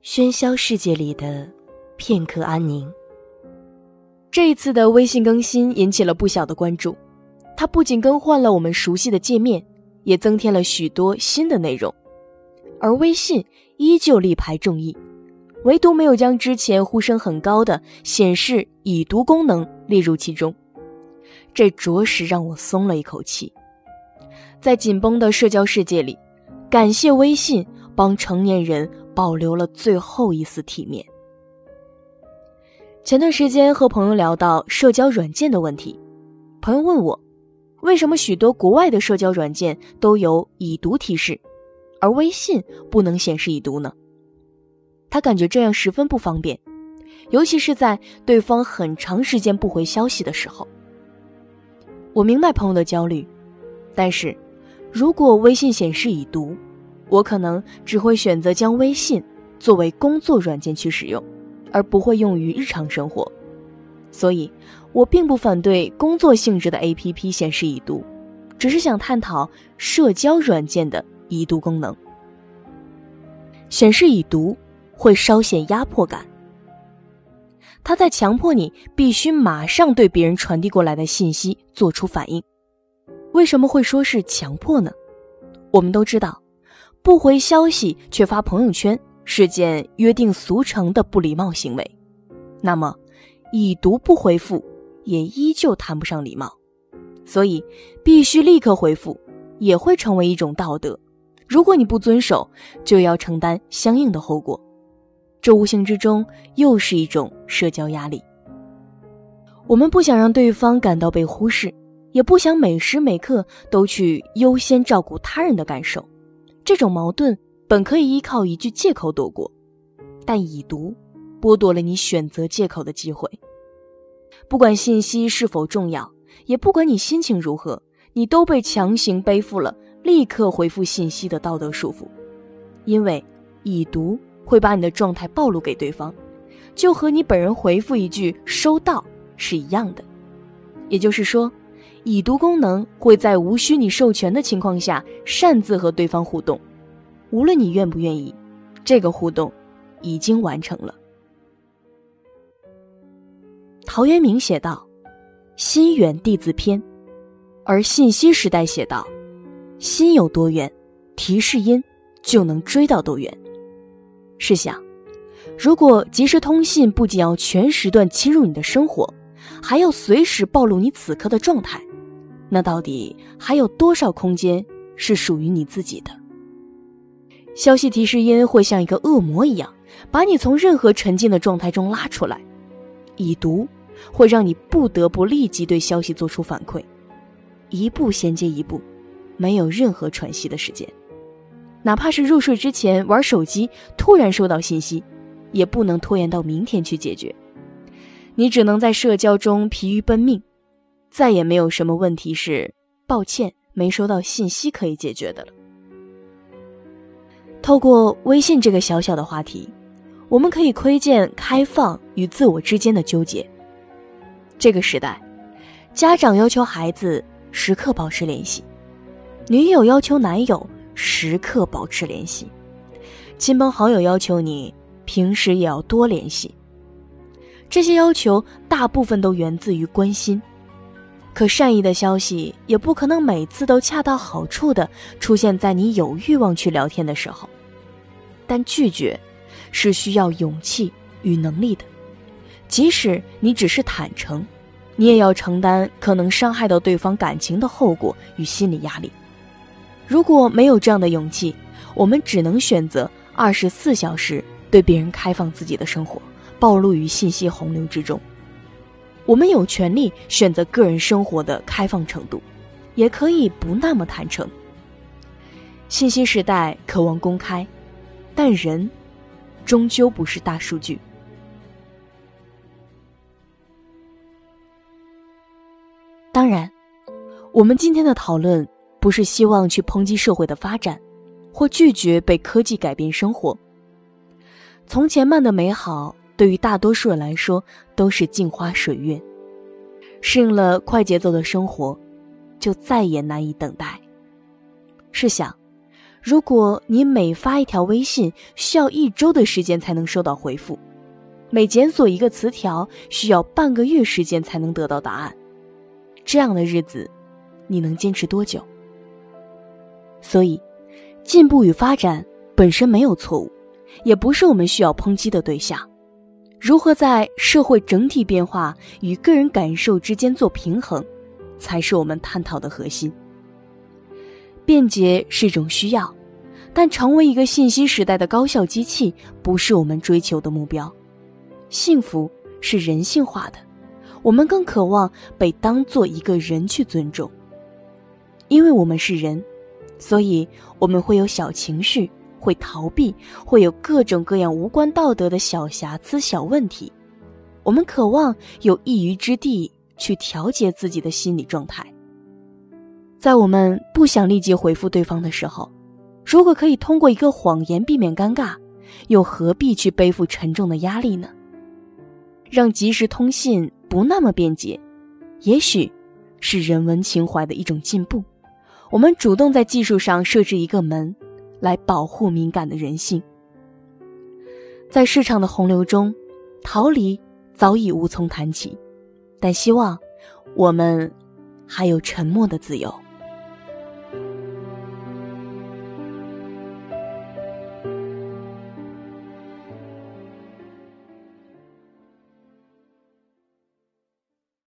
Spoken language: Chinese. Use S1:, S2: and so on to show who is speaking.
S1: 喧嚣世界里的片刻安宁。这一次的微信更新引起了不小的关注，它不仅更换了我们熟悉的界面，也增添了许多新的内容，而微信依旧力排众议，唯独没有将之前呼声很高的显示已读功能列入其中，这着实让我松了一口气。在紧绷的社交世界里，感谢微信帮成年人保留了最后一丝体面。前段时间和朋友聊到社交软件的问题，朋友问我，为什么许多国外的社交软件都有已读提示，而微信不能显示已读呢？他感觉这样十分不方便，尤其是在对方很长时间不回消息的时候。我明白朋友的焦虑，但是如果微信显示已读，我可能只会选择将微信作为工作软件去使用，而不会用于日常生活。所以我并不反对工作性质的 APP 显示已读，只是想探讨社交软件的已读功能。显示已读会稍显压迫感，它在强迫你必须马上对别人传递过来的信息做出反应。为什么会说是强迫呢？我们都知道，不回消息却发朋友圈是件约定俗成的不礼貌行为，那么已读不回复也依旧谈不上礼貌，所以必须立刻回复也会成为一种道德，如果你不遵守，就要承担相应的后果。这无形之中又是一种社交压力。我们不想让对方感到被忽视，也不想每时每刻都去优先照顾他人的感受，这种矛盾本可以依靠一句借口躲过，但已读剥夺了你选择借口的机会。不管信息是否重要，也不管你心情如何，你都被强行背负了立刻回复信息的道德束缚。因为已读会把你的状态暴露给对方，就和你本人回复一句收到是一样的。也就是说，已读功能会在无需你授权的情况下擅自和对方互动，无论你愿不愿意，这个互动已经完成了。陶渊明写道，心远地自偏，而信息时代写道，心有多远，提示音就能追到多远。试想，如果即时通信不仅要全时段侵入你的生活，还要随时暴露你此刻的状态，那到底还有多少空间是属于你自己的？消息提示音会像一个恶魔一样，把你从任何沉浸的状态中拉出来。已读会让你不得不立即对消息做出反馈，一步衔接一步，没有任何喘息的时间。哪怕是入睡之前玩手机突然收到信息，也不能拖延到明天去解决。你只能在社交中疲于奔命，再也没有什么问题是抱歉没收到信息可以解决的了。透过微信这个小小的话题，我们可以窥见开放与自我之间的纠结。这个时代，家长要求孩子时刻保持联系，女友要求男友时刻保持联系，亲朋好友要求你平时也要多联系。这些要求大部分都源自于关心，可善意的消息也不可能每次都恰到好处地出现在你有欲望去聊天的时候。但拒绝是需要勇气与能力的，即使你只是坦诚，你也要承担可能伤害到对方感情的后果与心理压力。如果没有这样的勇气，我们只能选择24小时对别人开放自己的生活，暴露于信息洪流之中。我们有权利选择个人生活的开放程度，也可以不那么坦诚。信息时代渴望公开，但人终究不是大数据。当然，我们今天的讨论不是希望去抨击社会的发展，或拒绝被科技改变生活。从前慢的美好对于大多数人来说都是镜花水月，适应了快节奏的生活，就再也难以等待。试想， 如果你每发一条微信需要1周的时间才能收到回复，每检索一个词条需要半个月时间才能得到答案，这样的日子你能坚持多久？所以进步与发展本身没有错误，也不是我们需要抨击的对象。如何在社会整体变化与个人感受之间做平衡，才是我们探讨的核心。便捷是一种需要，但成为一个信息时代的高效机器不是我们追求的目标。幸福是人性化的，我们更渴望被当作一个人去尊重。因为我们是人，所以我们会有小情绪，会逃避，会有各种各样无关道德的小瑕疵、小问题。我们渴望有一隅之地去调节自己的心理状态。在我们不想立即回复对方的时候，如果可以通过一个谎言避免尴尬，又何必去背负沉重的压力呢？让即时通信不那么便捷，也许是人文情怀的一种进步。我们主动在技术上设置一个门，来保护敏感的人性。在市场的洪流中，逃离早已无从谈起，但希望我们还有沉默的自由。